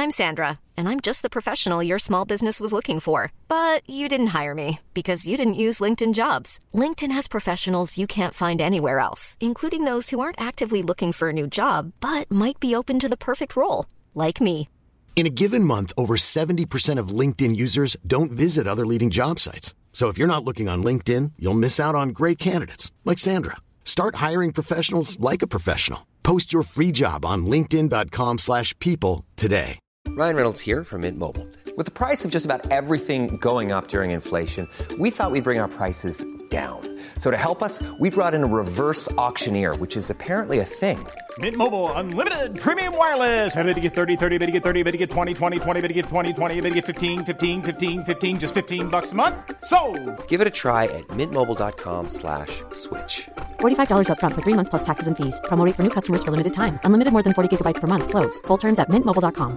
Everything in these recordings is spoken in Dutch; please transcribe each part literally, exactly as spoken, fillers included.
I'm Sandra, and I'm just the professional your small business was looking for. But you didn't hire me because you didn't use LinkedIn Jobs. LinkedIn has professionals you can't find anywhere else, including those who aren't actively looking for a new job, but might be open to the perfect role, like me. In a given month, over seventy percent of LinkedIn users don't visit other leading job sites. So if you're not looking on LinkedIn, you'll miss out on great candidates like Sandra. Start hiring professionals like a professional. Post your free job on linkedin dot com slash people today. Ryan Reynolds here from Mint Mobile. With the price of just about everything going up during inflation, we thought we'd bring our prices down. So to help us, we brought in a reverse auctioneer, which is apparently a thing. Mint Mobile Unlimited Premium Wireless. How to get thirty, thirty, how to get thirty, how to get twenty, twenty, twenty, how to get twenty, twenty, how to get fifteen, fifteen, fifteen, fifteen, just fifteen bucks a month? Sold! Give it a try at mintmobile.com slash switch. forty-five dollars up front for three months plus taxes and fees. Promo rate for new customers for limited time. Unlimited more than forty gigabytes per month. Slows full terms at mint mobile dot com.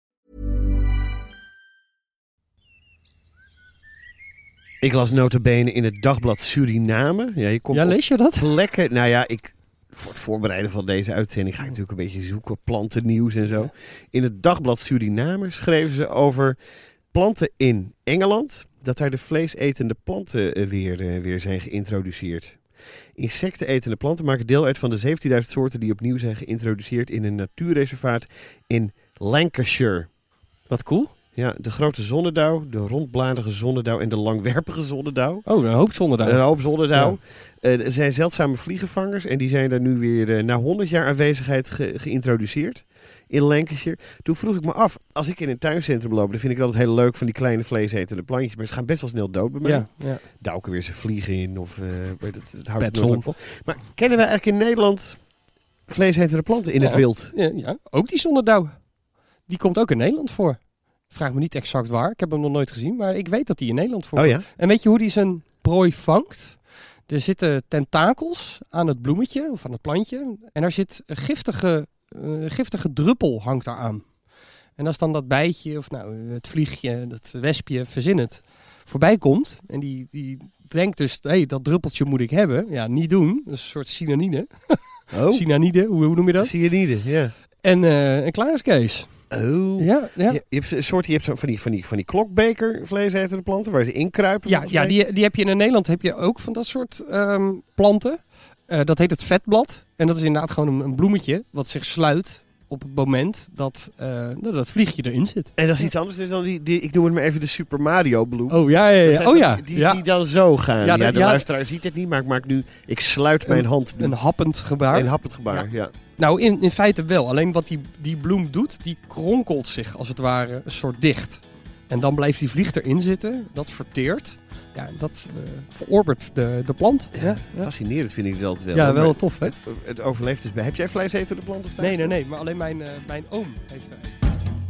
Ik las nota bene in het dagblad Suriname. Ja, je komt ja lees je dat? Plekken. Nou ja, ik, voor het voorbereiden van deze uitzending ga ik natuurlijk een beetje zoeken. Plantennieuws en zo. In het dagblad Suriname schreven ze over planten in Engeland. Dat daar de vleesetende planten weer, weer zijn geïntroduceerd. Insectenetende planten maken deel uit van de zeventienduizend soorten die opnieuw zijn geïntroduceerd in een natuurreservaat in Lancashire. Wat cool. Ja, de grote zonnedauw, de rondbladige zonnedauw en de langwerpige zonnedauw. Oh, een hoop zonnedauw. Een hoop zonnedauw. Ja. Uh, er zijn zeldzame vliegenvangers en die zijn daar nu weer uh, na honderd jaar aanwezigheid ge- geïntroduceerd in Lancashire. Toen vroeg ik me af, als ik in een tuincentrum loop, dan vind ik dat heel leuk van die kleine vleesetende plantjes, maar ze gaan best wel snel dood bij mij. Ja, ja. Douwen weer zijn vliegen in of uh, het, het houdt het nooit lang vol. Maar kennen wij eigenlijk in Nederland vleesetende planten in ja. het wild? Ja, ja, ook die zonnedauw. Die komt ook in Nederland voor. Vraag me niet exact waar. Ik heb hem nog nooit gezien, maar ik weet dat hij in Nederland voorkomt. Oh ja? En weet je hoe hij zijn prooi vangt? Er zitten tentakels aan het bloemetje of aan het plantje. En daar zit een giftige, uh, giftige druppel hangt daar aan. En als dan dat bijtje of nou, het vliegje, dat wespje, verzin het, voorbij komt. En die, die denkt dus, hé, hey, dat druppeltje moet ik hebben. Ja, niet doen. Dat is een soort cyanide. Oh. Cyanide, hoe, hoe noem je dat? Cyanide, ja. En, uh, en klaar is Kees. Oh. Ja, ja. Je, je hebt een soort, je hebt zo van die, van die, van die klokbeker vleesetende planten waar ze inkruipen. Ja, ja die, die heb je in Nederland heb je ook van dat soort um, planten. Uh, dat heet het vetblad. En dat is inderdaad gewoon een, een bloemetje wat zich sluit op het moment dat uh, dat vliegje erin zit. En dat is iets anders dan die, die ik noem het maar even de Super Mario bloem. Oh ja, ja, ja. Oh, ja. Die, die, ja. die dan zo gaan. Ja, de, ja, de ja, luisteraar ziet het niet, maar ik maak nu, ik sluit mijn een, hand. Een happend gebaar. Een happend gebaar, ja. ja. Nou, in, in feite wel. Alleen wat die, die bloem doet, die kronkelt zich als het ware een soort dicht. En dan blijft die vlieg erin zitten. Dat verteert. Ja, dat uh, verorbert de, de plant. Ja, ja, ja. Fascinerend vind ik dat altijd wel. Ja, hoor. wel maar tof, hè? Het, het overleeft dus bij. Heb jij vleesetende planten thuis? Nee, nee, nee. Maar alleen mijn, uh, mijn oom heeft er een.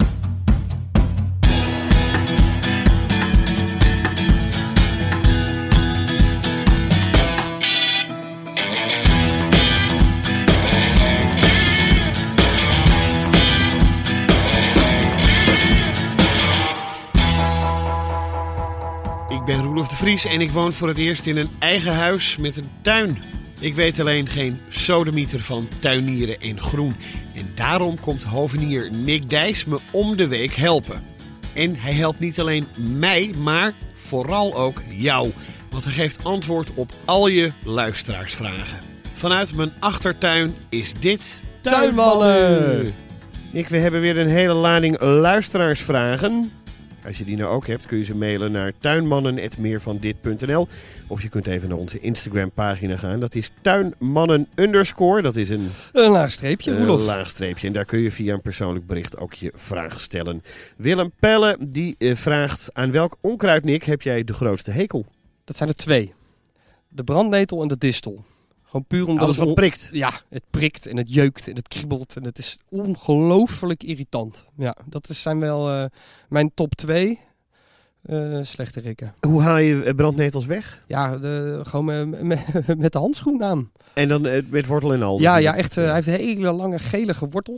Ik ben Roelof de Vries en ik woon voor het eerst in een eigen huis met een tuin. Ik weet alleen geen sodemieter van tuinieren en groen. En daarom komt hovenier Nick Dijs me om de week helpen. En hij helpt niet alleen mij, maar vooral ook jou. Want hij geeft antwoord op al je luisteraarsvragen. Vanuit mijn achtertuin is dit... Tuinmannen! Nick, we hebben weer een hele lading luisteraarsvragen. Als je die nou ook hebt, kun je ze mailen naar tuinmannen at meervandit punt n l. Of je kunt even naar onze Instagram pagina gaan. Dat is tuinmannen underscore. Dat is een... Een laag streepje, Roelof. Een laag streepje. En daar kun je via een persoonlijk bericht ook je vraag stellen. Willem Pelle, die uh, vraagt... Aan welk onkruid, Nick, heb jij de grootste hekel? Dat zijn er twee. De brandnetel en de distel. Gewoon puur omdat Alles het wat prikt. Ja, het prikt en het jeukt en het kriebelt. En het is ongelooflijk irritant. Ja, dat is, zijn wel uh, mijn top twee uh, slechte rikken. Hoe haal je brandnetels weg? Ja, de, gewoon me, me, met de handschoen aan. En dan uh, met wortel en al? Ja, ja, echt. Uh, hij heeft hele lange gelige wortels.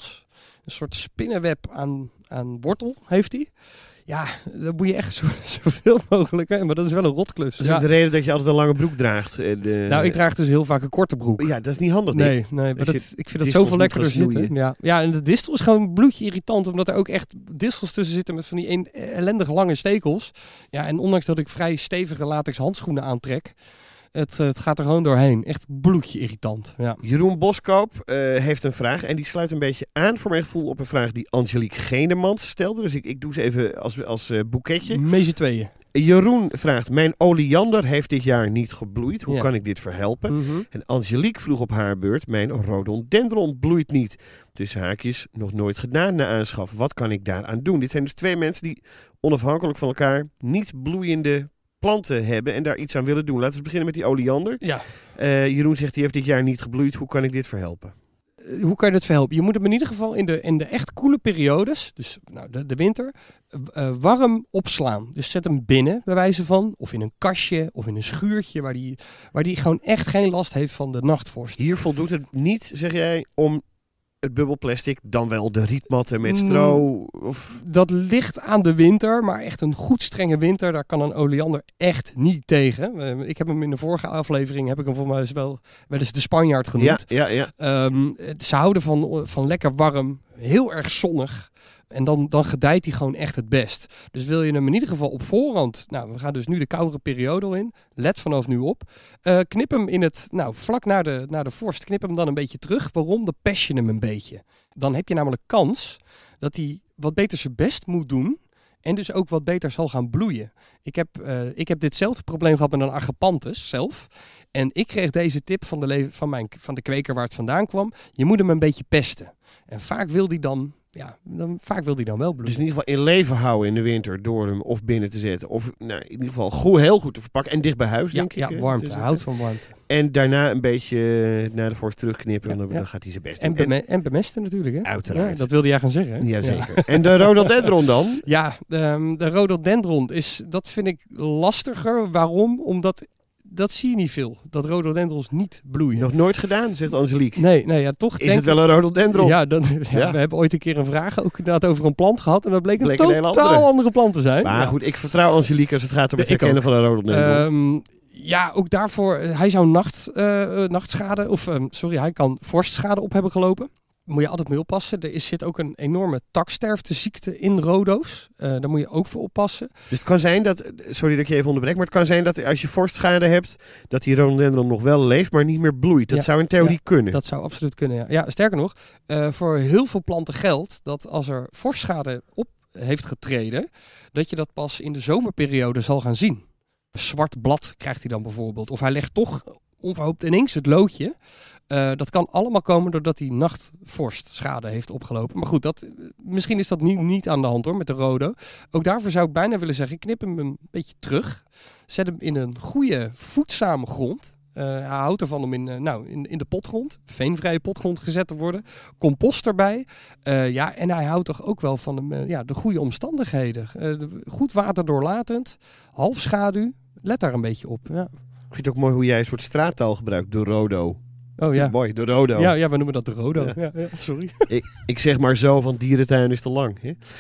Een soort spinnenweb aan, aan wortel heeft hij. Ja, dan moet je echt zo, zoveel mogelijk. Hè? Maar dat is wel een rotklus. Dat is ja. de reden dat je altijd een lange broek draagt. De... Nou, ik draag dus heel vaak een korte broek. Ja, dat is niet handig. Nee, Nick. nee maar Als dat, je ik vind dat distels zoveel lekkerder moet gaan zitten. snoeien. Ja. ja, en de distel is gewoon een bloedje irritant. Omdat er ook echt distels tussen zitten met van die een, ellendig lange stekels. Ja, en ondanks dat ik vrij stevige latex handschoenen aantrek... Het, het gaat er gewoon doorheen. Echt bloedje irritant. Ja. Jeroen Boskoop uh, heeft een vraag. En die sluit een beetje aan voor mijn gevoel op een vraag die Angelique Genemans stelde. Dus ik, ik doe ze even als, als uh, boeketje. Mee z'n tweeën. Jeroen vraagt, mijn oleander heeft dit jaar niet gebloeid. Hoe Ja. kan ik dit verhelpen? Mm-hmm. En Angelique vroeg op haar beurt, mijn rhododendron bloeit niet. Dus haakjes, nog nooit gedaan na aanschaf. Wat kan ik daaraan doen? Dit zijn dus twee mensen die onafhankelijk van elkaar niet bloeiende planten hebben en daar iets aan willen doen. Laten we beginnen met die oleander. Ja. Uh, Jeroen zegt, die heeft dit jaar niet gebloeid. Hoe kan ik dit verhelpen? Uh, hoe kan je dit verhelpen? Je moet hem in ieder geval in de, in de echt koele periodes, dus nou, de, de winter, uh, warm opslaan. Dus zet hem binnen, bij wijze van, of in een kastje, of in een schuurtje, waar die, waar die gewoon echt geen last heeft van de nachtvorst. Hier voldoet het niet, zeg jij, om het bubbelplastic, dan wel de rietmatten met stro? Of... Dat ligt aan de winter, maar echt een goed strenge winter, daar kan een oleander echt niet tegen. Uh, ik heb hem in de vorige aflevering, heb ik hem voor mij wel, wel eens de Spanjaard genoemd. Ja, ja, ja. Um, ze houden van, van lekker warm, heel erg zonnig. En dan, dan gedijt hij gewoon echt het best. Dus wil je hem in ieder geval op voorhand... Nou, we gaan dus nu de koudere periode al in. Let vanaf nu op. Uh, knip hem in het... Nou, vlak na de, na de vorst, knip hem dan een beetje terug. Waarom? Dan pest je hem een beetje. Dan heb je namelijk kans dat hij wat beter zijn best moet doen. En dus ook wat beter zal gaan bloeien. Ik heb, uh, ik heb ditzelfde probleem gehad met een agapanthus zelf. En ik kreeg deze tip van de, le- van, mijn, van de kweker waar het vandaan kwam. Je moet hem een beetje pesten. En vaak wil hij dan... Ja, dan, vaak wil hij dan wel bloeien. Dus in ieder geval in leven houden in de winter door hem of binnen te zetten. Of nou, in ieder geval goed, heel goed te verpakken. En dicht bij huis, ja, denk ja, ik. Ja, warmte. Houdt van warmte. En daarna een beetje naar de vorst terugknippen. Ja, en dan, ja. dan gaat hij zijn best doen. En, beme- en bemesten natuurlijk. Hè? Uiteraard. Ja, dat wilde jij gaan zeggen. Hè? Jazeker. Ja. En de rhododendron dan? Ja, de, de rhododendron is, dat vind ik lastiger. Waarom? Omdat... Dat zie je niet veel. Dat rhododendrons niet bloeien. Nog nooit gedaan, zegt Angelique. Nee, nee ja, toch Is denk het wel een rhododendron? Ja, dan, ja, ja, we hebben ooit een keer een vraag ook inderdaad over een plant gehad. En dat bleek, bleek een totaal een andere. andere plant te zijn. Maar ja. goed, ik vertrouw Angelique als het gaat om het herkennen van een rhododendron. Um, ja, ook daarvoor. Hij zou nacht, uh, nachtschade, of um, sorry, hij kan vorstschade op hebben gelopen. Moet je altijd mee oppassen. Er is, zit ook een enorme taksterfteziekte in rhodo's. Uh, daar moet je ook voor oppassen. Dus het kan zijn dat, sorry dat ik je even onderbreek, maar het kan zijn dat als je vorstschade hebt, dat die rhododendron nog wel leeft, maar niet meer bloeit. Dat ja, zou in theorie ja, kunnen. Dat zou absoluut kunnen, ja. Ja, sterker nog, uh, voor heel veel planten geldt dat als er vorstschade op heeft getreden, dat je dat pas in de zomerperiode zal gaan zien. Een zwart blad krijgt hij dan bijvoorbeeld. Of hij legt toch onverhoopt ineens het loodje. Uh, dat kan allemaal komen doordat hij nachtvorstschade heeft opgelopen. Maar goed, dat, misschien is dat niet, niet aan de hand hoor, met de rhodo. Ook daarvoor zou ik bijna willen zeggen, knip hem een beetje terug. Zet hem in een goede, voedzame grond. Uh, hij houdt ervan om in, uh, nou, in, in de potgrond, veenvrije potgrond gezet te worden. Compost erbij. Uh, ja, en hij houdt toch ook wel van de, uh, ja, de goede omstandigheden. Uh, de, goed waterdoorlatend, half schaduw. Let daar een beetje op. Ja. Ik vind het ook mooi hoe jij een soort straattaal gebruikt, de rhodo. Oh ja. Mooi, de rhodo. Ja, ja, we noemen dat de rhodo. Ja. Ja, ja, sorry. ik, ik zeg maar zo, van dierentuin is te lang.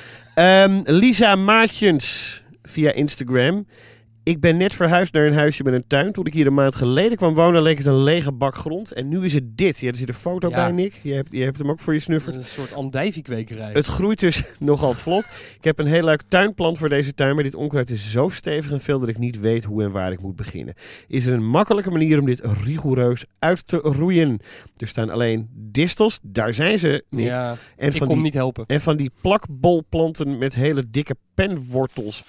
Hè? Um, Lisa Maatjens via Instagram. Ik ben net verhuisd naar een huisje met een tuin. Toen ik hier een maand geleden kwam wonen, leek het een lege bak grond. En nu is het dit. Ja, er zit een foto ja. bij, Nick. Je hebt, je hebt hem ook voor je snuffert. Een soort andijviekwekerij. Het groeit dus nogal vlot. Ik heb een heel leuk tuinplan voor deze tuin. Maar dit onkruid is zo stevig en veel dat ik niet weet hoe en waar ik moet beginnen. Is er een makkelijke manier om dit rigoureus uit te roeien? Er staan alleen distels. Daar zijn ze, Nick. Ja, en ik van kom die, niet helpen. En van die plakbolplanten met hele dikke penwortels.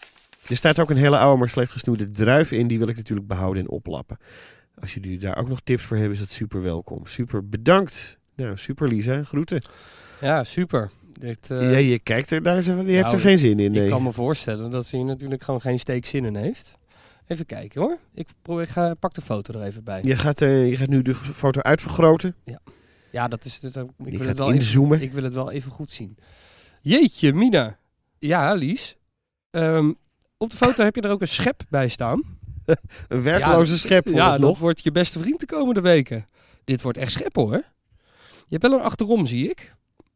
Er staat ook een hele oude, maar slecht gesnoeide druif in. Die wil ik natuurlijk behouden en oplappen. Als jullie daar ook nog tips voor hebben, is dat super welkom. Super bedankt. Nou, super Lisa. Groeten. Ja, super. Dit, uh... ja, je kijkt er daar, je nou, hebt er geen zin in. Nee. Ik kan me voorstellen dat ze hier natuurlijk gewoon geen steek zin in heeft. Even kijken hoor. Ik, probeer, ik ga, pak de foto er even bij. Je gaat, uh, je gaat nu de foto uitvergroten. Ja, ja dat is het. Ik je wil het wel inzoomen. Even, ik wil het wel even goed zien. Jeetje, Mina. Ja, Lies. Um, Op de foto heb je er ook een schep bij staan. Een werkloze ja, schep volgens Ja, nog. dat wordt je beste vriend de komende weken. Dit wordt echt schep hoor. Je hebt wel een achterom, zie ik.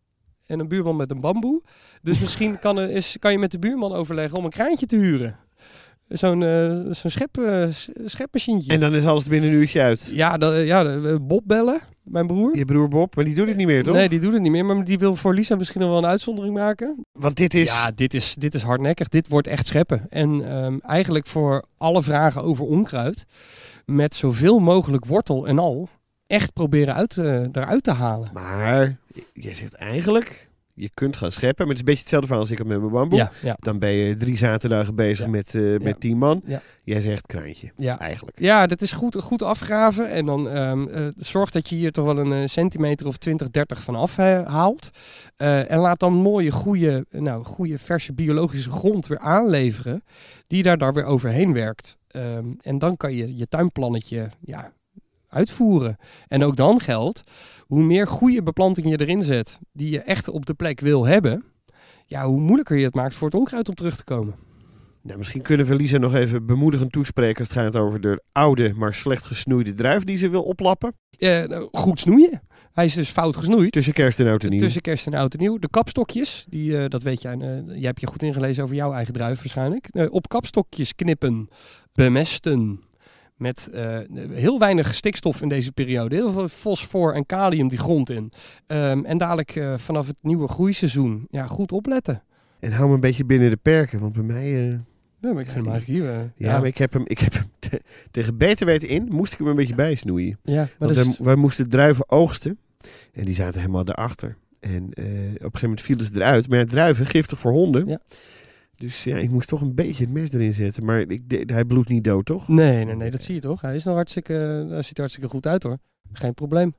en een buurman met een bamboe. Dus misschien kan, er, is, kan je met de buurman overleggen om een kraantje te huren. Zo'n, uh, zo'n schep, uh, schepmachientje. En dan is alles binnen een uurtje uit. Ja, dat, ja, Bob bellen, mijn broer. Je broer Bob, maar die doet het niet meer, toch? Nee, die doet het niet meer. Maar die wil voor Lisa misschien nog wel een uitzondering maken. Want dit is... Ja, dit is, dit is hardnekkig. Dit wordt echt scheppen. En um, eigenlijk voor alle vragen over onkruid, met zoveel mogelijk wortel en al, echt proberen uit, uh, eruit te halen. Maar je zegt eigenlijk... Je kunt gaan scheppen, maar het is een beetje hetzelfde verhaal als ik heb met mijn bamboe. Ja, ja. Dan ben je drie zaterdagen bezig ja. met, uh, met ja. tien man. Ja. Jij zegt kraantje, ja. eigenlijk. Ja, dat is goed, goed afgraven. En dan um, uh, zorg dat je hier toch wel een uh, centimeter of twintig, dertig van af uh, haalt. Uh, en laat dan mooie, goede, nou, goede, verse biologische grond weer aanleveren. Die daar, daar weer overheen werkt. Um, en dan kan je je tuinplannetje... Ja, uitvoeren. En ook dan geldt, hoe meer goede beplantingen je erin zet, die je echt op de plek wil hebben, ja, hoe moeilijker je het maakt voor het onkruid om terug te komen. Nou, misschien kunnen we Lisa nog even bemoedigend toespreken als het gaat over de oude, maar slecht gesnoeide druif die ze wil oplappen. Uh, nou, goed snoeien. Hij is dus fout gesnoeid. Tussen kerst en oud en nieuw. Tussen kerst en oud en nieuw. De kapstokjes, die, uh, dat weet jij, uh, jij hebt je goed ingelezen over jouw eigen druif waarschijnlijk. Uh, op kapstokjes knippen, bemesten. Met uh, heel weinig stikstof in deze periode. Heel veel fosfor en kalium die grond in. Um, en dadelijk uh, vanaf het nieuwe groeiseizoen ja, goed opletten. En hou me een beetje binnen de perken. Want bij mij... Uh... Ja, maar ik vind hem eigenlijk hier... Uh, ja, ja, maar ik heb hem, ik heb hem te, tegen beter weten in. Moest ik hem een beetje bijsnoeien. Ja, maar want dus... wij, wij moesten druiven oogsten. En die zaten helemaal daarachter. En uh, op een gegeven moment vielen ze eruit. Maar ja, druiven, giftig voor honden. Ja. Dus ja, ik moest toch een beetje het mes erin zetten. Maar ik, de, hij bloedt niet dood, toch? Nee, nee, nee, dat zie je toch? Hij is nog hartstikke, hij ziet er hartstikke goed uit, hoor. Geen probleem.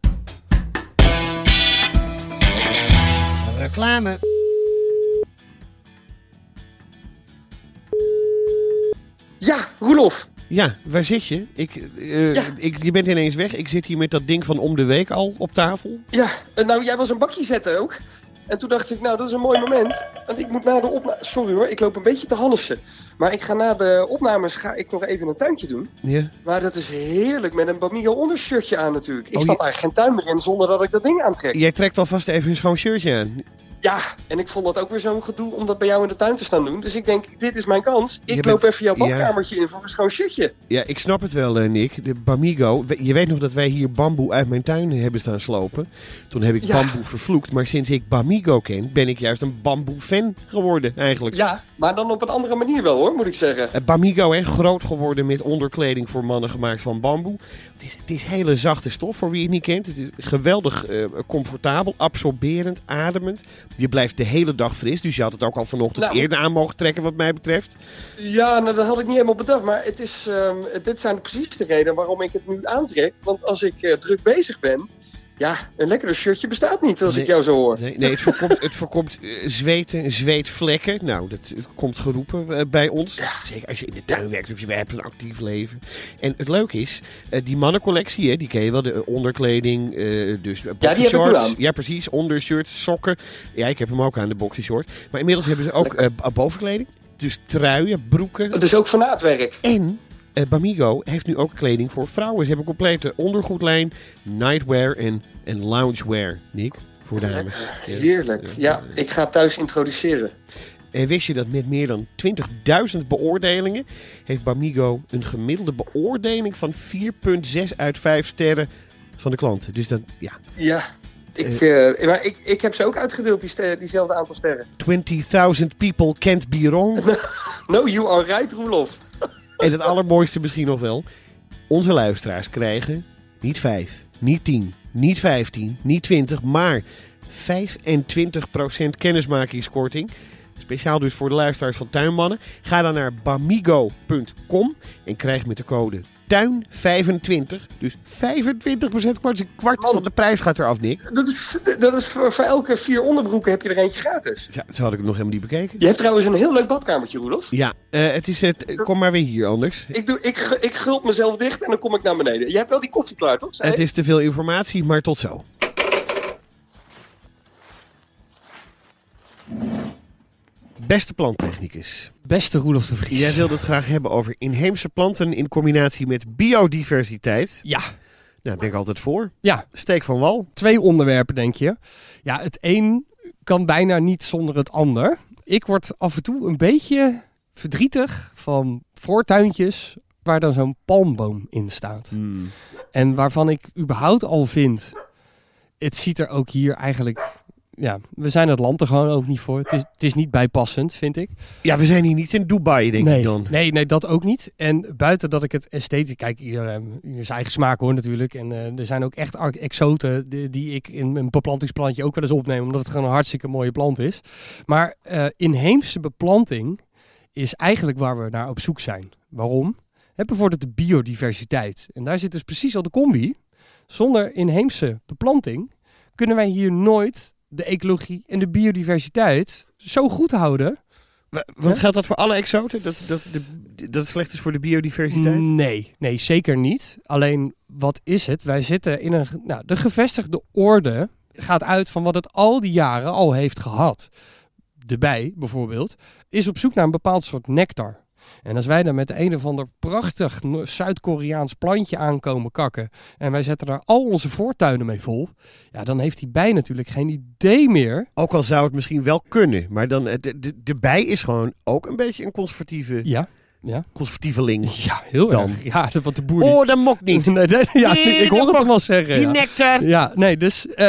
Reclame. Ja, Roelof. Ja, waar zit je? Ik, uh, ja. ik, je bent ineens weg. Ik zit hier met dat ding van om de week al op tafel. Ja, nou jij was een bakje zetten ook. En toen dacht ik, nou dat is een mooi moment. Want ik moet na de opnames... Sorry hoor, ik loop een beetje te halsen. Maar ik ga na de opnames ga ik nog even een tuintje doen. Ja. Maar dat is heerlijk met een Bamigo ondershirtje aan natuurlijk. Ik oh, stap je... eigenlijk geen tuin meer in zonder dat ik dat ding aantrek. Jij trekt alvast even een schoon shirtje aan. Ja, en ik vond dat ook weer zo'n gedoe om dat bij jou in de tuin te staan doen. Dus ik denk, dit is mijn kans. Ik je loop bent... even jouw badkamertje ja. in voor een schoon shirtje. Ja, ik snap het wel, uh, Nick. De Bamigo. Je weet nog dat wij hier bamboe uit mijn tuin hebben staan slopen. Toen heb ik ja. bamboe vervloekt. Maar sinds ik Bamigo ken, ben ik juist een bamboe-fan geworden eigenlijk. Ja, maar dan op een andere manier wel hoor, moet ik zeggen. Uh, Bamigo, hè, groot geworden met onderkleding voor mannen gemaakt van bamboe. Het is, het is hele zachte stof voor wie het niet kent. Het is geweldig uh, comfortabel, absorberend, ademend. Je blijft de hele dag fris, dus je had het ook al vanochtend nou, eerder aan mogen trekken wat mij betreft. Ja, nou, dat had ik niet helemaal bedacht, maar het is, um, dit zijn precies de redenen waarom ik het nu aantrek. Want als ik uh, druk bezig ben, ja, een lekkerder shirtje bestaat niet als nee, ik jou zo hoor. Nee, nee het voorkomt, het voorkomt uh, zweten, zweetvlekken. Nou, dat komt geroepen uh, bij ons. Ja. Zeker als je in de tuin werkt of je hebt een actief leven. En het leuke is, uh, die mannencollectie, hè, die ken je wel, de uh, onderkleding, uh, dus uh, ja, die heb ik nu aan. Ja, precies, ondershirts, sokken. Ja, ik heb hem ook aan, de boxershort. Maar inmiddels hebben ze ook uh, bovenkleding. Dus truien, broeken. Dus ook van naadwerk. En... Uh, Bamigo heeft nu ook kleding voor vrouwen. Ze hebben een complete ondergoedlijn, nightwear en, en loungewear, Nick, voor dames. Ja, heerlijk. Ja, ja, ik ga het thuis introduceren. En wist je dat met meer dan twintigduizend beoordelingen heeft Bamigo een gemiddelde beoordeling van vier komma zes uit vijf sterren van de klanten. Dus dat, ja. Ja, ik, uh, maar ik, ik heb ze ook uitgedeeld, die ster, diezelfde aantal sterren. twintig people can't be wrong. No, you are right, Roelof. En het allermooiste misschien nog wel. Onze luisteraars krijgen niet vijf, niet tien, niet vijftien, niet twintig, maar vijfentwintig procent kennismakingskorting. Speciaal dus voor de luisteraars van Tuinmannen. Ga dan naar bamigo punt com en krijg met de code tuin vijfentwintig. Dus vijfentwintig procent kwart, een kwart van de prijs gaat eraf, Nick. Dat is, dat is voor, voor elke vier onderbroeken heb je er eentje gratis. Zo, zo had ik het nog helemaal niet bekeken. Je hebt trouwens een heel leuk badkamertje, Roelof. Ja, uh, het is het. Kom maar weer hier anders. Ik, doe, ik, ik gulp mezelf dicht en dan kom ik naar beneden. Je hebt wel die koffie klaar, toch? Zei? Het is te veel informatie, maar tot zo. Beste planttechnicus. Beste Roelof de Vries. Jij wilde het graag hebben over inheemse planten in combinatie met biodiversiteit. Ja. Nou, daar ben ik altijd voor. Ja. Steek van wal. Twee onderwerpen, denk je. Ja, het een kan bijna niet zonder het ander. Ik word af en toe een beetje verdrietig van voortuintjes waar dan zo'n palmboom in staat. Hmm. En waarvan ik überhaupt al vind, het ziet er ook hier eigenlijk... Ja, we zijn het land er gewoon ook niet voor. Het is, het is niet bijpassend, vind ik. Ja, we zijn hier niet in Dubai, denk nee, ik dan. Nee, nee, dat ook niet. En buiten dat ik het esthetisch... Kijk, ieder, uh, ieder zijn eigen smaak hoor natuurlijk. En uh, er zijn ook echt exoten die, die ik in mijn beplantingsplantje ook wel eens opneem. Omdat het gewoon een hartstikke mooie plant is. Maar uh, inheemse beplanting is eigenlijk waar we naar op zoek zijn. Waarom? Heb bijvoorbeeld de biodiversiteit. En daar zit dus precies al de combi. Zonder inheemse beplanting kunnen wij hier nooit de ecologie en de biodiversiteit zo goed houden. Want ja? Geldt dat voor alle exoten? Dat, dat, de, dat het slecht is voor de biodiversiteit? Nee, nee, zeker niet. Alleen, wat is het? Wij zitten in een... Nou, de gevestigde orde gaat uit van wat het al die jaren al heeft gehad. De bij, bijvoorbeeld, is op zoek naar een bepaald soort nectar. En als wij dan met een of ander prachtig Zuid-Koreaans plantje aankomen kakken en wij zetten daar al onze voortuinen mee vol, ja, dan heeft die bij natuurlijk geen idee meer. Ook al zou het misschien wel kunnen, maar dan de, de, de bij is gewoon ook een beetje een conservatieve, ja, ja. conservatieveling. Ja, heel dan. erg. Ja, wat de boer Oh, niet. dat mocht niet. nee, nee, ja, nee, ik hoor het toch wel zeggen. Die ja. nectar. Ja, nee, dus uh,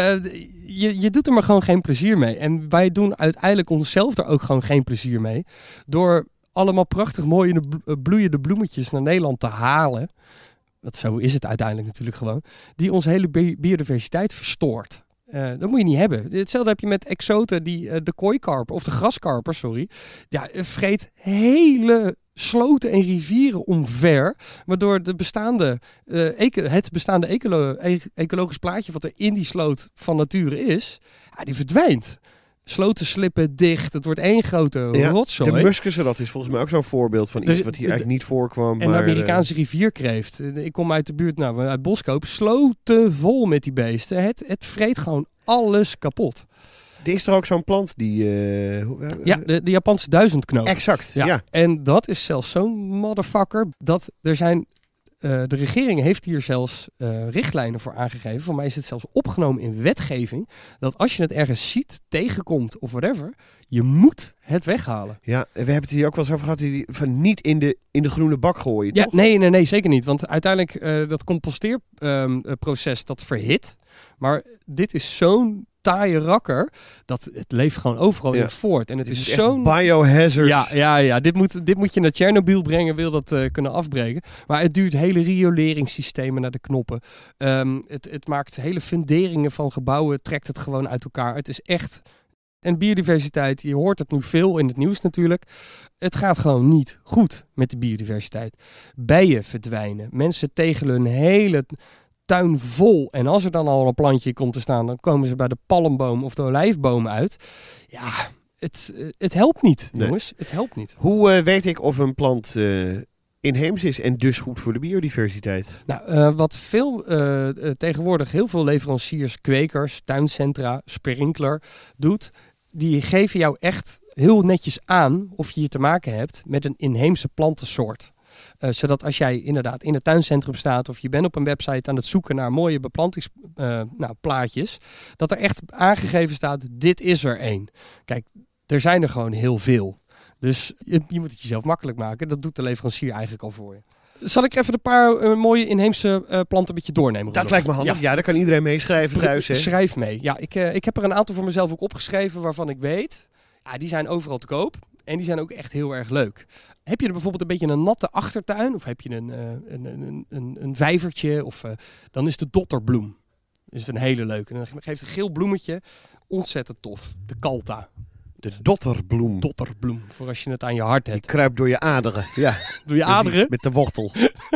je, je doet er maar gewoon geen plezier mee. En wij doen uiteindelijk onszelf er ook gewoon geen plezier mee door allemaal prachtig mooie bloeiende bloemetjes naar Nederland te halen. Dat zo is het uiteindelijk natuurlijk gewoon. Die onze hele bi- biodiversiteit verstoort. Uh, dat moet je niet hebben. Hetzelfde heb je met exoten die uh, de kooikarper of de graskarper, sorry. Ja, vreet hele sloten en rivieren omver, waardoor de bestaande, uh, eco- het bestaande ecolo- e- ecologisch plaatje wat er in die sloot van nature is, ja, die verdwijnt. Sloten slippen dicht. Het wordt één grote ja, rotzooi. De muskusrat is volgens mij ook zo'n voorbeeld van iets de, wat hier eigenlijk niet voorkwam. En maar de Amerikaanse rivierkreeft. Ik kom uit de buurt, nou, uit Boskoop. Sloten vol met die beesten. Het, het vreet gewoon alles kapot. Er is er ook zo'n plant die... Uh, uh, ja, de, de Japanse duizendknoop. Exact, ja. ja. En dat is zelfs zo'n motherfucker dat er zijn... Uh, de regering heeft hier zelfs uh, richtlijnen voor aangegeven. Voor mij is het zelfs opgenomen in wetgeving. Dat als je het ergens ziet, tegenkomt of whatever, je moet het weghalen. Ja, we hebben het hier ook wel eens over gehad. Die van niet in de, in de groene bak gooien, ja, toch? Nee, nee, nee, zeker niet. Want uiteindelijk uh, dat composteerproces, um, dat verhit. Maar dit is zo'n taaie rakker, dat het leeft gewoon overal ja. in voort. En het dit is, is zo'n biohazard. Ja, ja, ja. Dit moet, dit moet je naar Tsjernobyl brengen, wil dat uh, kunnen afbreken. Maar het duurt hele rioleringssystemen naar de knoppen. Um, het, het maakt hele funderingen van gebouwen, trekt het gewoon uit elkaar. Het is echt... En biodiversiteit, je hoort het nu veel in het nieuws natuurlijk. Het gaat gewoon niet goed met de biodiversiteit. Bijen verdwijnen. Mensen tegelen hun hele tuin vol. En als er dan al een plantje komt te staan, dan komen ze bij de palmboom of de olijfboom uit. Ja, het, het helpt niet, nee. jongens. Het helpt niet. Hoe uh, weet ik of een plant uh, inheems is en dus goed voor de biodiversiteit? Nou, uh, wat veel uh, uh, tegenwoordig heel veel leveranciers, kwekers, tuincentra, sprinkler doet, die geven jou echt heel netjes aan of je hier te maken hebt met een inheemse plantensoort. Uh, zodat als jij inderdaad in het tuincentrum staat of je bent op een website aan het zoeken naar mooie beplantingsplaatjes, uh, nou, dat er echt aangegeven staat, dit is er één. Kijk, er zijn er gewoon heel veel. Dus je, je moet het jezelf makkelijk maken. Dat doet de leverancier eigenlijk al voor je. Zal ik even een paar uh, mooie inheemse uh, planten een beetje doornemen? Dat Rudolf? lijkt me handig. Ja, ja, daar kan iedereen meeschrijven thuis. Hè? Schrijf mee. Ja, ik, uh, ik heb er een aantal voor mezelf ook opgeschreven waarvan ik weet, ja, die zijn overal te koop. En die zijn ook echt heel erg leuk. Heb je er bijvoorbeeld een beetje een natte achtertuin? Of heb je een, uh, een, een, een, een vijvertje? Of, uh, dan is de dotterbloem. Dat is een hele leuke. En dan geeft een geel bloemetje. Ontzettend tof. De Calta. De dotterbloem. Dotterbloem. Voor als je het aan je hart hebt. Die kruipt door je aderen. Ja. Door je aderen? Met de wortel.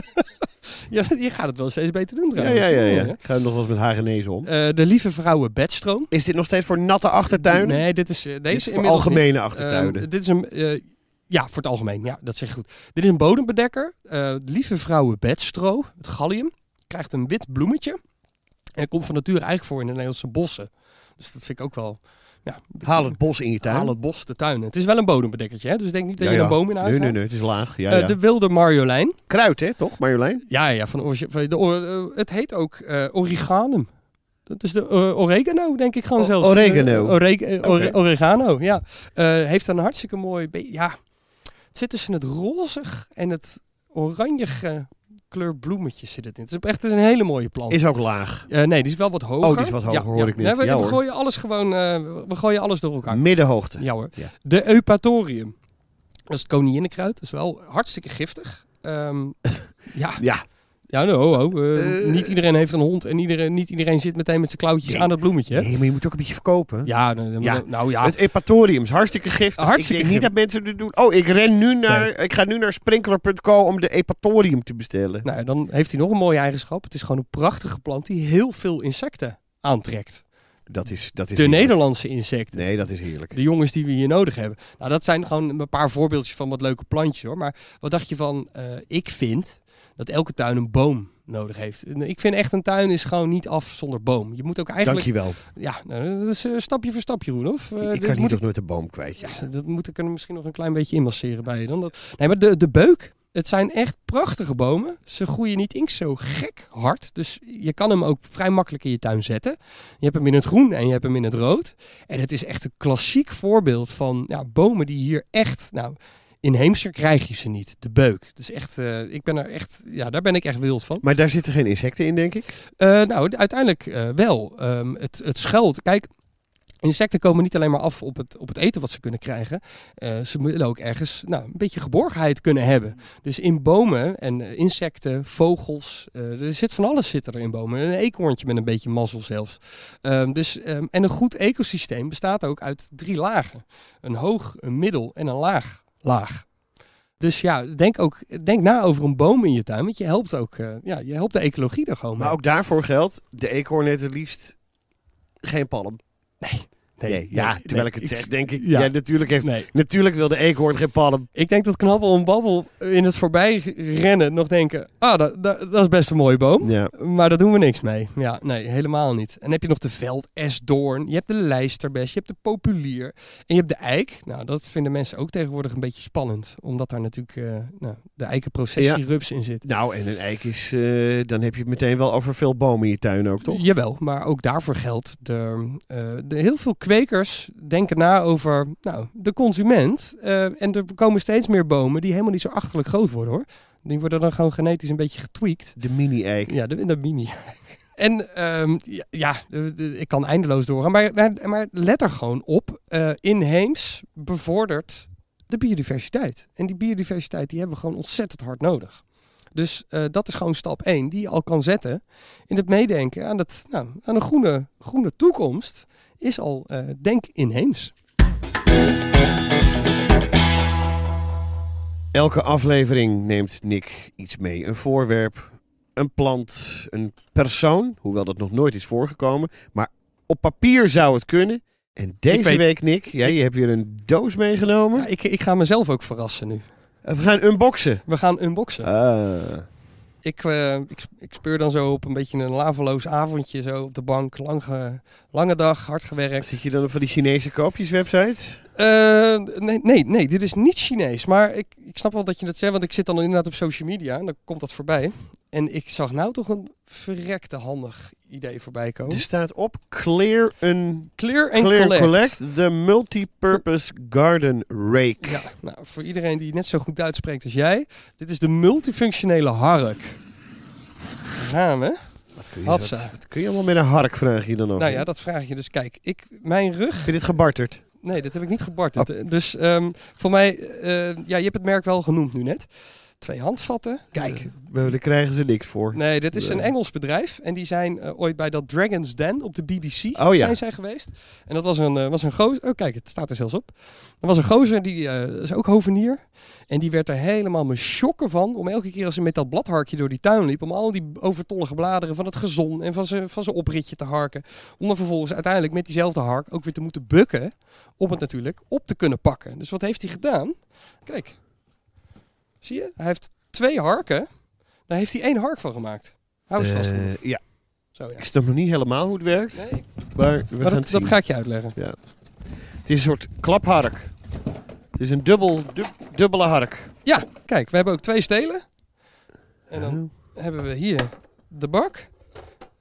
Ja, je gaat het wel steeds beter doen trouwens. Ja, ja, ja. ja. Ik ga het nog wel eens met haar genezen om. Uh, de lieve vrouwen bedstroom. Is dit nog steeds voor natte achtertuinen? Nee, dit is... Uh, deze dit is voor algemene niet. achtertuinen. Uh, dit is een... Uh, ja, voor het algemeen. Ja, dat zeg je goed. Dit is een bodembedekker. Uh, lieve vrouwen bedstro. Het gallium. Krijgt een wit bloemetje. En het komt van nature eigenlijk voor in de Nederlandse bossen. Dus dat vind ik ook wel... Ja, haal het bos in je tuin. Haal het bos, de tuinen. Het is wel een bodembedekkertje, hè? Dus denk niet dat ja, je ja. een boom in huis Nee, haalt. nee, nee. Het is laag. Ja, uh, ja. De wilde Marjolein. Kruid, hè? Toch, Marjolein? Ja, ja. Van, van de, uh, het heet ook uh, origanum. Dat is de uh, oregano, denk ik gewoon O- zelfs. oregano. Uh, oreg- uh, ore- Oké. Oregano, ja. Uh, heeft een hartstikke mooi... Be- ja, het zit tussen het rozig en het oranjige kleur bloemetjes zit het in. Het is echt het is een hele mooie plant. Is ook laag. Uh, nee, die is wel wat hoger. Oh, die is wat hoger, ja, hoor ja. ik net. Nee, we, Ja, we hoor. gooien alles gewoon... Uh, we gooien alles door elkaar. Middenhoogte. Ja hoor. Ja. De Eupatorium. Dat is het koninginnenkruid. Dat is wel hartstikke giftig. Um, ja. Ja. Ja, nou, ho, ho. Uh, Uh, niet iedereen heeft een hond en iedereen, niet iedereen zit meteen met zijn klauwtjes Nee. aan dat bloemetje. Hè? Nee, maar je moet ook een beetje verkopen. Ja, nou, Ja. nou ja. Het Eupatorium is hartstikke giftig. Hartstikke ik denk niet dat mensen dit doen. Oh, ik ren nu naar... Nee. Ik ga nu naar sprinkler punt co om de Eupatorium te bestellen. Nou, dan heeft hij nog een mooie eigenschap. Het is gewoon een prachtige plant die heel veel insecten aantrekt. Dat is, dat is De heerlijk. Nederlandse insecten. Nee, dat is heerlijk. De jongens die we hier nodig hebben. Nou, dat zijn gewoon een paar voorbeeldjes van wat leuke plantjes hoor. Maar wat dacht je van... Uh, ik vind dat elke tuin een boom nodig heeft. Ik vind echt een tuin is gewoon niet af zonder boom. Je moet ook eigenlijk... Dankjewel. Ja, nou, dat is uh, stapje voor stapje, Roelof. Uh, ik dit kan hier moet toch ik... nooit een boom kwijt. Ja, dat moet ik er misschien nog een klein beetje inmasseren bij je dan. Dat... Nee, maar de, de beuk... Het zijn echt prachtige bomen. Ze groeien niet eens zo gek hard. Dus je kan hem ook vrij makkelijk in je tuin zetten. Je hebt hem in het groen en je hebt hem in het rood. En het is echt een klassiek voorbeeld van ja, bomen die hier echt... Nou, in Heemster krijg je ze niet. De beuk. Het is echt, uh, ik ben er echt, ja, daar ben ik echt wild van. Maar daar zitten geen insecten in, denk ik? Uh, nou, uiteindelijk uh, wel. Um, het, het schuilt. Kijk... Insecten komen niet alleen maar af op het, op het eten wat ze kunnen krijgen. Uh, ze willen ook ergens nou, een beetje geborgenheid kunnen hebben. Dus in bomen en uh, insecten, vogels, uh, er zit van alles zit er in bomen. Een eekhoorntje met een beetje mazzel zelfs. Um, dus, um, en een goed ecosysteem bestaat ook uit drie lagen. Een hoog, een middel en een laag laag. Dus ja, denk, ook, denk na over een boom in je tuin. Want je helpt ook uh, ja, je helpt de ecologie er gewoon mee. Maar ook daarvoor geldt, de eekhoorn heeft het liefst geen palm. Nee. Nee, nee, ja, nee, terwijl nee, ik het ik, zeg, denk ik, ja, ja, natuurlijk, heeft, nee. natuurlijk wil de eekhoorn geen palm. Ik denk dat Knabbel en Babbel in het voorbij rennen nog denken, ah, dat, dat, dat is best een mooie boom, Ja. maar daar doen we niks mee. Ja, nee, helemaal niet. En dan heb je nog de veldesdoorn, je hebt de lijsterbes, je hebt de populier en je hebt de eik. Nou, dat vinden mensen ook tegenwoordig een beetje spannend, omdat daar natuurlijk uh, nou, de eikenprocessierups ja. in zit. Nou, en een eik is, uh, dan heb je het meteen wel over veel bomen in je tuin ook, toch? Jawel, maar ook daarvoor geldt, de, uh, de heel veel kwekers denken na over nou, de consument. Uh, en er komen steeds meer bomen die helemaal niet zo achterlijk groot worden hoor. Die worden dan gewoon genetisch een beetje getweakt. De mini-eik. Ja, de, de mini. En um, ja, ja de, de, ik kan eindeloos doorgaan. Maar, maar, maar let er gewoon op. Uh, inheems bevordert de biodiversiteit. En die biodiversiteit die hebben we gewoon ontzettend hard nodig. Dus uh, dat is gewoon stap één die je al kan zetten in het meedenken aan, het, nou, aan een groene, groene toekomst. Is al uh, denk inheems. Elke aflevering neemt Nick iets mee. Een voorwerp, een plant, een persoon. Hoewel dat nog nooit is voorgekomen. Maar op papier zou het kunnen. En deze weet, week, Nick, ja, je hebt weer een doos meegenomen. Ja, ik, ik ga mezelf ook verrassen nu. We gaan unboxen. We gaan unboxen. Ah. Ik, uh, ik, ik speur dan zo op een beetje een laveloos avondje zo op de bank. Lang ge, lange dag, hard gewerkt. Zit je dan op van die Chinese koopjeswebsites? Uh, nee, nee, nee, dit is niet Chinees. Maar ik, ik snap wel dat je dat zegt, want ik zit dan inderdaad op social media en dan komt dat voorbij. En ik zag nou toch een verrekte handig idee voorbij komen. Er staat op Clear, un... Clear and Clear Collect. collect the Multipurpose Garden Rake. Ja, nou, voor iedereen die net zo goed Duits spreekt als jij. Dit is de multifunctionele hark. Daar gaan we. Wat kun, je, wat, wat kun je allemaal met een hark, vraag je dan over? Nou ja, dat vraag je dus. Kijk, ik, mijn rug... Heb je dit gebarterd? Nee, dat heb ik niet gebarterd. Oh. Dus um, voor mij... Uh, ja, je hebt het merk wel genoemd nu net. Twee handvatten. Kijk. Uh, daar krijgen ze niks voor. Nee, dit is een Engels bedrijf. En die zijn uh, ooit bij dat Dragon's Den op de B B C oh, ja. zijn zij geweest. En dat was een, uh, was een gozer... Oh, kijk, het staat er zelfs op. Er was een gozer, die uh, is ook hovenier. En die werd er helemaal me schokken van. Om elke keer als hij met dat bladharkje door die tuin liep. Om al die overtollige bladeren van het gezon en van zijn van zijn opritje te harken. Om dan vervolgens uiteindelijk met diezelfde hark ook weer te moeten bukken. Om het natuurlijk op te kunnen pakken. Dus wat heeft hij gedaan? Kijk. Zie je? Hij heeft twee harken. Daar heeft hij één hark van gemaakt. Hou eens vast. Uh, ja. Zo, ja. Ik snap nog niet helemaal hoe het werkt. Nee. Maar, we maar gaan dat, dat ga ik je uitleggen. Ja. Het is een soort klaphark. Het is een dubbel, dub, dubbele hark. Ja, kijk. We hebben ook twee stelen. En dan uh. hebben we hier de bak.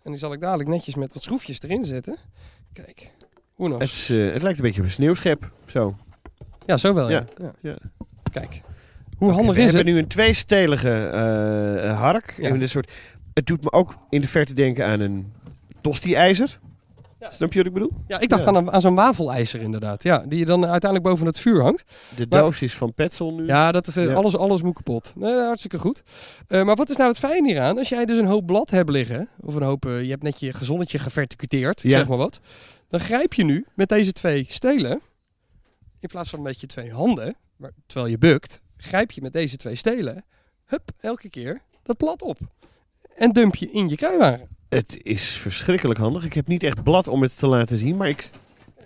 En die zal ik dadelijk netjes met wat schroefjes erin zetten. Kijk, hoe nog? Het, is, uh, het lijkt een beetje op een sneeuwschep. Zo. Ja, zo wel, ja. ja. ja. Kijk, hoe okay, handig we is het? We hebben nu een tweestelige uh, hark. Ja. Een soort, het doet me ook in de verte denken aan een tosti-ijzer. Ja. Snap je wat ik bedoel? Ja, ik dacht ja. aan, aan zo'n wafelijzer inderdaad. Ja, die je dan uiteindelijk boven het vuur hangt. De maar, doos is van Petzl nu. Ja, dat is, uh, ja. Alles, alles moet kapot. Nee, hartstikke goed. Uh, maar wat is nou het fijn hieraan? Als jij dus een hoop blad hebt liggen, of een hoop, uh, je hebt net je gezonnetje geverticuteerd, ja. zeg maar wat. Dan grijp je nu met deze twee stelen, in plaats van met je twee handen, maar, terwijl je bukt, grijp je met deze twee stelen, hup, elke keer dat blad op. En dump je in je kruiwagen. Het is verschrikkelijk handig. Ik heb niet echt blad om het te laten zien, maar ik...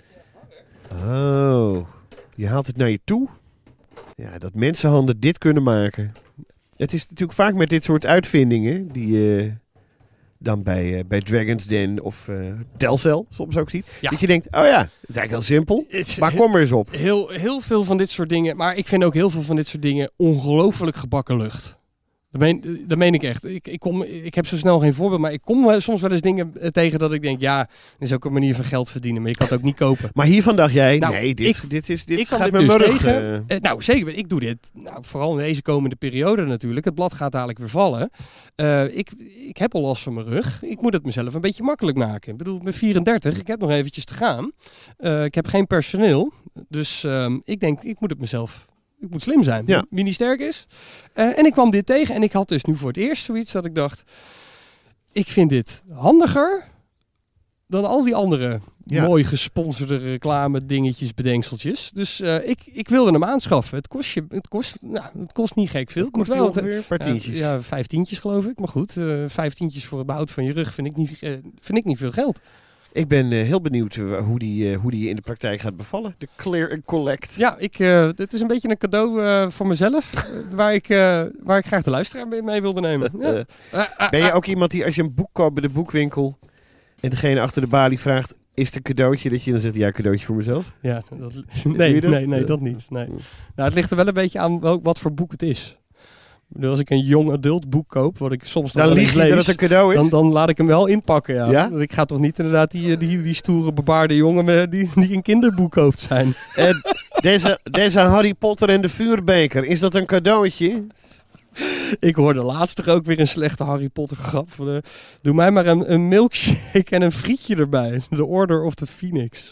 Oh, je haalt het naar je toe. Ja, dat mensenhanden dit kunnen maken. Het is natuurlijk vaak met dit soort uitvindingen, die je dan bij, uh, bij Dragon's Den of uh, Telcel soms ook ziet. Ja. Dat je denkt, oh ja, het is eigenlijk heel simpel, het, maar kom er eens op. Heel, heel veel van dit soort dingen, maar ik vind ook heel veel van dit soort dingen ongelooflijk gebakken lucht. Dat meen, dat meen ik echt. Ik, ik, kom, ik heb zo snel geen voorbeeld, maar ik kom soms wel eens dingen tegen dat ik denk, ja, dit is ook een manier van geld verdienen, maar je kan het ook niet kopen. Maar hiervan dacht jij, nou, nee, dit, ik, dit, is, dit ik gaat dit met dus mijn rug. Tegen, uh... Nou, zeker. Ik doe dit, nou, vooral in deze komende periode natuurlijk. Het blad gaat dadelijk weer vallen. Uh, ik, ik heb al last van mijn rug. Ik moet het mezelf een beetje makkelijk maken. Ik bedoel, ik ben vierendertig, ik heb nog eventjes te gaan. Uh, ik heb geen personeel, dus um, ik denk, ik moet het mezelf... Ik moet slim zijn, ja. wie niet sterk is. Uh, en ik kwam dit tegen en ik had dus nu voor het eerst zoiets dat ik dacht... Ik vind dit handiger dan al die andere ja. mooi gesponsorde reclame dingetjes, bedenkseltjes. Dus uh, ik, ik wilde hem aanschaffen. Het kost, je, het kost, nou, het kost niet gek veel. Het kost wel ongeveer een paar tientjes. Ja, ja, vijf tientjes geloof ik. Maar goed, uh, vijf tientjes voor het behoud van je rug vind ik niet, uh, vind ik niet veel geld. Ik ben uh, heel benieuwd uh, hoe die uh, hoe die in de praktijk gaat bevallen. De Clear and Collect. Ja, ik, uh, dit is een beetje een cadeau uh, voor mezelf. uh, waar, ik, uh, waar ik graag de luisteraar mee, mee wilde nemen. Ja. Uh, uh, uh, ben je ook iemand die als je een boek koopt bij de boekwinkel en degene achter de balie vraagt, is het een cadeautje? Dat je dan zegt, ja, cadeautje voor mezelf? Ja, dat, nee, dat? nee, nee, dat niet. Nee. Nou, het ligt er wel een beetje aan wel, wat voor boek het is. Als ik een jong adult boek koop, wat ik soms dan, dan wel eens lees, dat het een cadeau is? Dan, dan laat ik hem wel inpakken, ja. ja? Ik ga toch niet inderdaad die, die, die stoere bebaarde jongen die, die een kinderboek koopt zijn. Uh, deze, deze Harry Potter en de vuurbeker, is dat een cadeautje? Ik hoorde laatst toch ook weer een slechte Harry Potter grap. Uh, doe mij maar een, een milkshake en een frietje erbij. The Order of the Phoenix.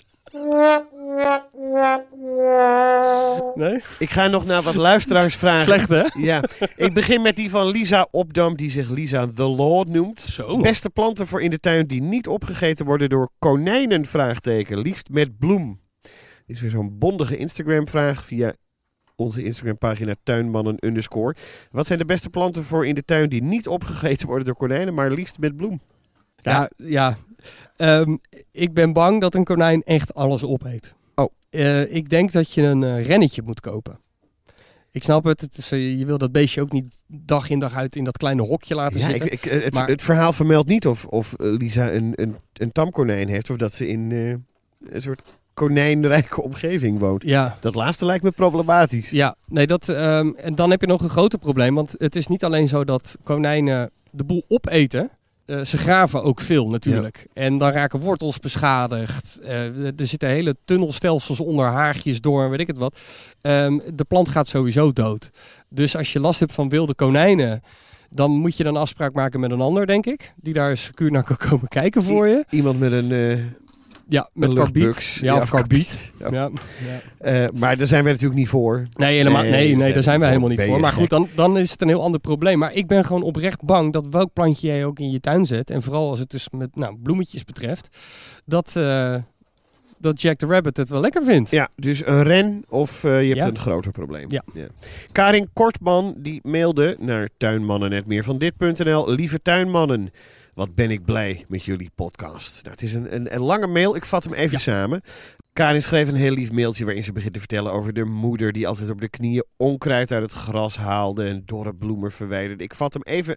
Nee? Ik ga nog naar wat luisteraars vragen. Slecht, hè? Ja. Ik begin met die van Lisa Opdam, die zich Lisa the Law noemt. Zo. Beste planten voor in de tuin die niet opgegeten worden door konijnen, vraagteken. Liefst met bloem. Dit is weer zo'n bondige Instagram-vraag via onze Instagram-pagina tuinmannen underscore. Wat zijn de beste planten voor in de tuin die niet opgegeten worden door konijnen, maar liefst met bloem? Ja, ja. Um, ik ben bang dat een konijn echt alles opeet. Oh. Uh, ik denk dat je een uh, rennetje moet kopen. Ik snap het, het is, uh, je wil dat beestje ook niet dag in dag uit in dat kleine hokje laten ja, zitten. Ik, ik, het, maar... het verhaal vermeldt niet of, of Lisa een, een, een tamkonijn heeft of dat ze in uh, een soort konijnrijke omgeving woont. Ja. Dat laatste lijkt me problematisch. Ja, nee, dat, um, en dan heb je nog een groter probleem, want het is niet alleen zo dat konijnen de boel opeten. Uh, ze graven ook veel natuurlijk. Ja. En dan raken wortels beschadigd. Uh, er zitten hele tunnelstelsels onder, haagjes door en weet ik het wat. Um, de plant gaat sowieso dood. Dus als je last hebt van wilde konijnen, dan moet je dan afspraak maken met een ander, denk ik. Die daar eens secuur naar kan komen kijken voor je. I- iemand met een... Uh... Ja, met karbiet. Ja, ja, of karbiet. Ja. Ja. Ja. Uh, maar daar zijn we natuurlijk niet voor. Nee, helemaal, nee, nee, nee daar zijn we helemaal niet voor. Maar goed, dan, dan is het een heel ander probleem. Maar ik ben gewoon oprecht bang dat welk plantje jij ook in je tuin zet, en vooral als het dus met nou, bloemetjes betreft, dat, uh, dat Jack the Rabbit het wel lekker vindt. Ja, dus een ren of uh, je hebt ja. een groter probleem. Ja. Ja. Karin Kortman die mailde naar tuinmannen net meer van dit punt n l. Lieve tuinmannen, wat ben ik blij met jullie podcast. Nou, het is een, een, een lange mail. Ik vat hem even ja. samen. Karin schreef een heel lief mailtje waarin ze begint te vertellen over de moeder die altijd op de knieën onkruid uit het gras haalde en dorre bloemen verwijderde. Ik vat hem even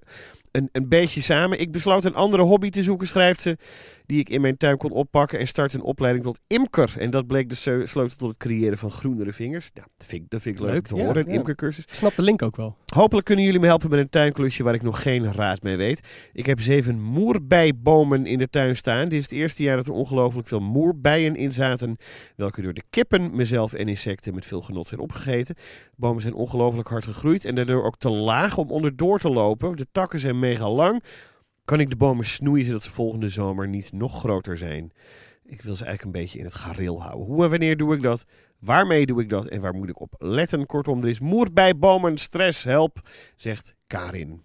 een, een beetje samen. Ik besloot een andere hobby te zoeken, schrijft ze, die ik in mijn tuin kon oppakken en start een opleiding tot imker. En dat bleek de seu- sleutel tot het creëren van groenere vingers. Nou, dat vind ik, dat vind ik leuk, leuk te ja, horen, een ja. imkercursus. Ik snap de link ook wel. Hopelijk kunnen jullie me helpen met een tuinklusje waar ik nog geen raad mee weet. Ik heb zeven moerbeibomen in de tuin staan. Dit is het eerste jaar dat er ongelooflijk veel moerbijen in zaten, welke door de kippen, mezelf en insecten met veel genot zijn opgegeten. De bomen zijn ongelooflijk hard gegroeid en daardoor ook te laag om onderdoor te lopen. De takken zijn mega lang. Kan ik de bomen snoeien zodat ze volgende zomer niet nog groter zijn? Ik wil ze eigenlijk een beetje in het gareel houden. Hoe en wanneer doe ik dat? Waarmee doe ik dat? En waar moet ik op letten? Kortom, er is moerbeibomen, stress, help, zegt Karin.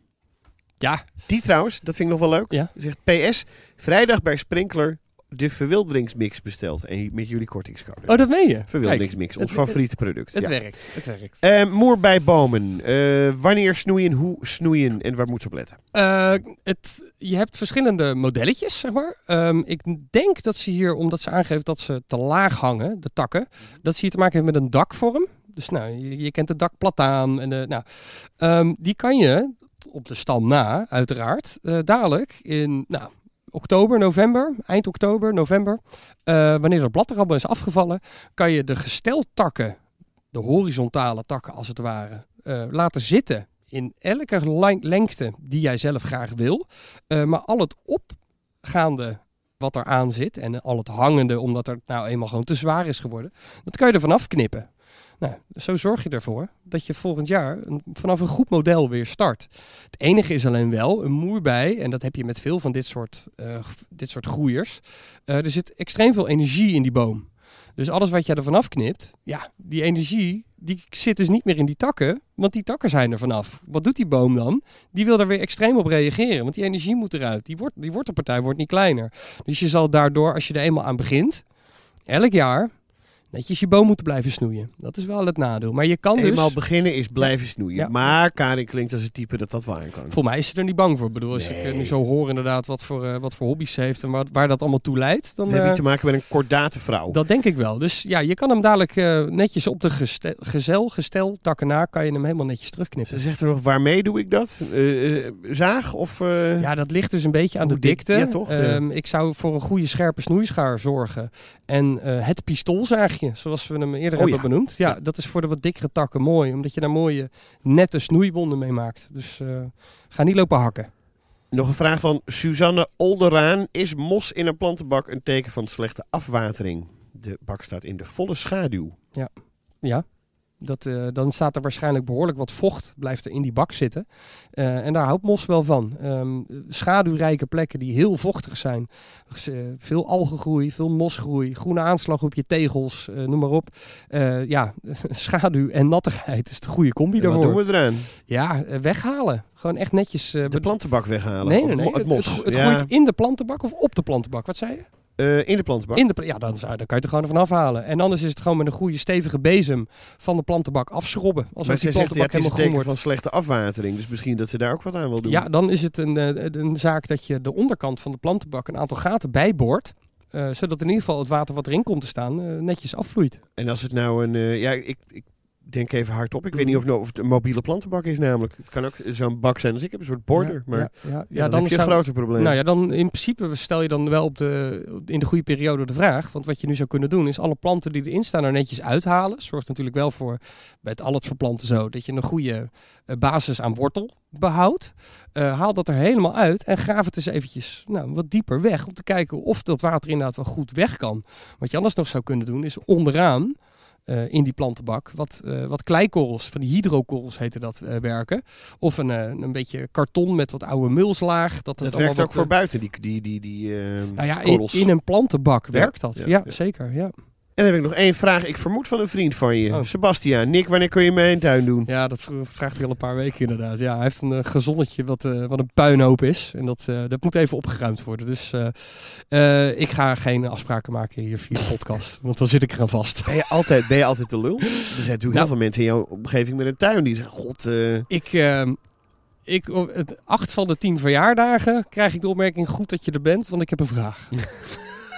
Ja. Die trouwens, dat vind ik nog wel leuk. Ja. Zegt P S, vrijdag bij Sprinkler de verwilderingsmix besteld. En met jullie kortingscode. Oh, dat meen je? Verwilderingsmix, ons het, favoriete product. Het ja. werkt, het werkt. Uh, moerbeibomen. Uh, wanneer snoeien, hoe snoeien en waar moet ze op letten? Uh, het, je hebt verschillende modelletjes, zeg maar. Um, ik denk dat ze hier, omdat ze aangeeft dat ze te laag hangen, de takken, dat ze hier te maken heeft met een dakvorm. Dus nou, je, je kent de dakplataan. En de, nou, um, die kan je op de stam na, uiteraard, uh, dadelijk in... Nou, oktober, november, eind oktober, november. Uh, wanneer dat blad er allemaal is afgevallen, kan je de gesteltakken, de horizontale takken als het ware, uh, laten zitten in elke lang- lengte die jij zelf graag wil. Uh, maar al het opgaande wat er aan zit en al het hangende, omdat het nou eenmaal gewoon te zwaar is geworden, dat kan je er vanaf knippen. Nou, zo zorg je ervoor dat je volgend jaar een, vanaf een goed model weer start. Het enige is alleen wel een moerbei, en dat heb je met veel van dit soort, uh, dit soort groeiers. Uh, er zit extreem veel energie in die boom. Dus alles wat je er vanaf knipt, ja, die energie, die zit dus niet meer in die takken, want die takken zijn er vanaf. Wat doet die boom dan? Die wil er weer extreem op reageren, want die energie moet eruit. Die, wort, die wortelpartij wordt niet kleiner. Dus je zal daardoor, als je er eenmaal aan begint, elk jaar netjes je boom moeten blijven snoeien. Dat is wel het nadeel. Maar je kan dus... Eenmaal beginnen is blijven snoeien. Ja. Maar Karin klinkt als het type dat dat wel aan kan. Voor mij is ze er niet bang voor. Ik bedoel, als nee. ik nu zo hoor inderdaad wat voor, uh, wat voor hobby's ze heeft en waar, waar dat allemaal toe leidt. Dan heb je uh, te maken met een kordate vrouw. Dat denk ik wel. Dus ja, je kan hem dadelijk uh, netjes op de gestel, gezel, gestel, takken na, kan je hem helemaal netjes terugknippen. Ze zegt er nog, waarmee doe ik dat? Uh, zaag of... Uh... Ja, dat ligt dus een beetje aan Hoe de dikte. Dik? Ja, toch? Um, ja. Ik zou voor een goede scherpe snoeischaar zorgen. En uh, het pistoolzaagje, zoals we hem eerder oh, hebben ja. benoemd. Ja, ja, dat is voor de wat dikkere takken mooi. Omdat je daar mooie, nette snoeiwonden mee maakt. Dus uh, ga niet lopen hakken. Nog een vraag van Suzanne Olderaan. Is mos in een plantenbak een teken van slechte afwatering? De bak staat in de volle schaduw. Ja, ja. Dat, uh, dan staat er waarschijnlijk behoorlijk wat vocht blijft er in die bak zitten. Uh, en daar houdt mos wel van. Um, schaduwrijke plekken die heel vochtig zijn. Dus, uh, veel algengroei, veel mosgroei, groene aanslag op je tegels, uh, noem maar op. Uh, ja, schaduw en nattigheid is de goede combi en daarvoor. Wat doen we eraan? Ja, uh, weghalen. Gewoon echt netjes. Uh, de plantenbak weghalen? Nee, nee, nee. Of het mos? Het, het, het ja. groeit in de plantenbak of op de plantenbak. Wat zei je? Uh, in de plantenbak? In de, ja, dan, dan kan je er gewoon van afhalen. En anders is het gewoon met een goede stevige bezem van de plantenbak afschrobben. Als maar die zij zegt, ja, het is een teken wordt. van slechte afwatering. Dus misschien dat ze daar ook wat aan wil doen. Ja, dan is het een, een, een zaak dat je de onderkant van de plantenbak een aantal gaten bijboort. Uh, zodat in ieder geval het water wat erin komt te staan uh, netjes afvloeit. En als het nou een... Uh, ja, ik... ik denk even hardop. Ik weet niet of, of het een mobiele plantenbak is namelijk. Het kan ook zo'n bak zijn als ik heb, een soort border. Ja, maar ja, ja, ja, ja, dan, dan heb je een groter probleem. Nou ja, dan in principe stel je dan wel op de, in de goede periode de vraag. Want wat je nu zou kunnen doen is alle planten die erin staan er netjes uithalen. Zorgt natuurlijk wel voor, bij het al het verplanten zo, dat je een goede uh, basis aan wortel behoudt. Uh, haal dat er helemaal uit en graaf het eens eventjes nou, wat dieper weg. Om te kijken of dat water inderdaad wel goed weg kan. Wat je anders nog zou kunnen doen is onderaan Uh, in die plantenbak wat, uh, wat kleikorrels, van die hydrokorrels heette dat, uh, werken. Of een, uh, een beetje karton met wat oude mulslaag. Dat, dat werkt ook wat, voor uh, buiten, die, die, die, die uh, nou ja, korrels. In, in een plantenbak ja, werkt dat, ja, ja, ja. zeker. Ja. En dan heb ik nog één vraag, ik vermoed van een vriend van je. Oh. Sebastiaan, Nick, wanneer kun je mij in tuin doen? Ja, dat vraagt hij al een paar weken inderdaad. Ja, hij heeft een uh, gezonnetje wat, uh, wat een puinhoop is. En dat, uh, dat moet even opgeruimd worden. Dus uh, uh, ik ga geen afspraken maken hier via de podcast. Want dan zit ik eraan vast. Ben je altijd, ben je altijd de lul? Er zijn natuurlijk nou, heel veel mensen in jouw omgeving met een tuin die zeggen, god... Uh... Ik... Uh, Ik, het, acht van de tien verjaardagen krijg ik de opmerking goed dat je er bent, want ik heb een vraag.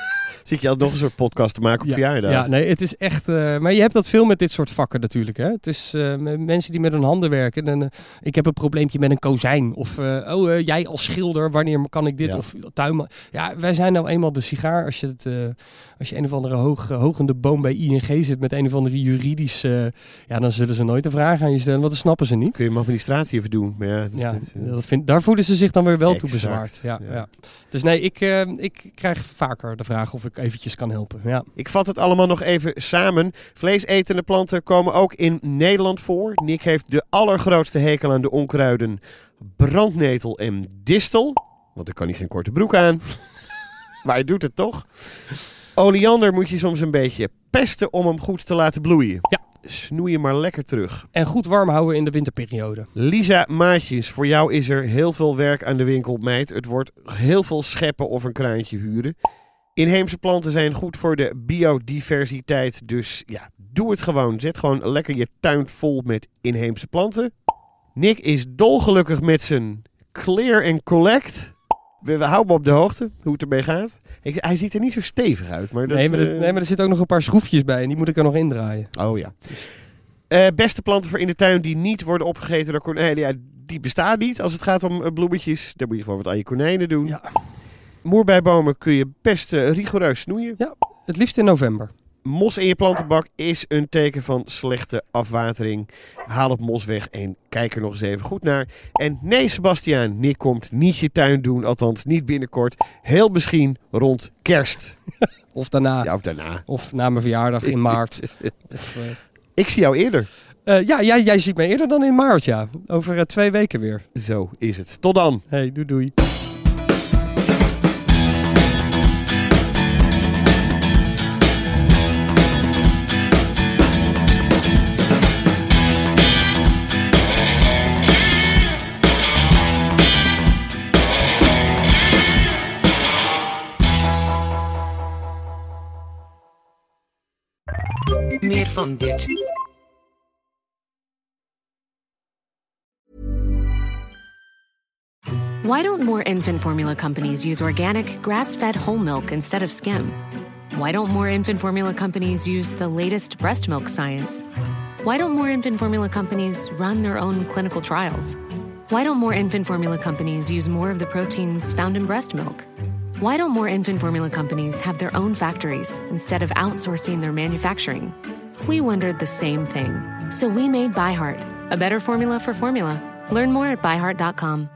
Zit je al nog een soort podcast te maken op ja, verjaardag? Ja, nee, het is echt... Uh, maar je hebt dat veel met dit soort vakken natuurlijk. Hè? Het is uh, mensen die met hun handen werken. En, uh, ik heb een probleempje met een kozijn. Of uh, oh, uh, jij als schilder, wanneer kan ik dit? Ja. Of tuinman. Ja, wij zijn nou eenmaal de sigaar. Als je, het, uh, als je een of andere hoog, uh, hogende boom bij I N G zit met een of andere juridische... Uh, ja, dan zullen ze nooit een vraag aan je stellen, want dat snappen ze niet. Kun je mijn administratie even doen. Maar ja, dus ja dit, uh... dat vind, daar voelen ze zich dan weer wel exact, toe bezwaard. Ja, ja. Ja. Dus nee, ik, uh, ik krijg vaker de vraag of ik eventjes kan helpen. Ja. Ik vat het allemaal nog even samen. Vleesetende planten komen ook in Nederland voor. Nick heeft de allergrootste hekel aan de onkruiden brandnetel en distel. Want dan kan hij geen korte broek aan. Maar hij doet het toch. Oleander moet je soms een beetje pesten om hem goed te laten bloeien. Ja. Snoei je maar lekker terug. En goed warm houden in de winterperiode. Lisa Maatjes, voor jou is er heel veel werk aan de winkel, meid. Het wordt heel veel scheppen of een kraantje huren. Inheemse planten zijn goed voor de biodiversiteit. Dus ja, doe het gewoon. Zet gewoon lekker je tuin vol met inheemse planten. Nick is dolgelukkig met zijn clear and collect. We, we houden hem op de hoogte, hoe het ermee gaat. Ik, hij ziet er niet zo stevig uit. Maar dat, nee, maar er, uh... nee, maar er zitten ook nog een paar schroefjes bij. En die moet ik er nog indraaien. Oh ja. Uh, beste planten voor in de tuin die niet worden opgegeten door konijnen. Ja, die bestaan niet als het gaat om uh, bloemetjes. Daar moet je gewoon wat aan je konijnen doen. Ja. Moerbeibomen kun je best uh, rigoureus snoeien. Ja, het liefst in november. Mos in je plantenbak is een teken van slechte afwatering. Haal het mos weg en kijk er nog eens even goed naar. En nee, Sebastiaan, Nick komt niet je tuin doen. Althans, niet binnenkort. Heel misschien rond kerst. Of daarna. Ja, of daarna. Of na mijn verjaardag in maart. of, uh... Ik zie jou eerder. Uh, ja, jij, jij ziet mij eerder dan in maart, ja. Over uh, twee weken weer. Zo is het. Tot dan. Hey, doei doei. Meer van dit. Why don't more infant formula companies use organic, grass-fed whole milk instead of skim? Why don't more infant formula companies use the latest breast milk science? Why don't more infant formula companies run their own clinical trials? Why don't more infant formula companies use more of the proteins found in breast milk? Why don't more infant formula companies have their own factories instead of outsourcing their manufacturing? We wondered the same thing. So we made ByHeart, a better formula for formula. Learn more at by heart dot com.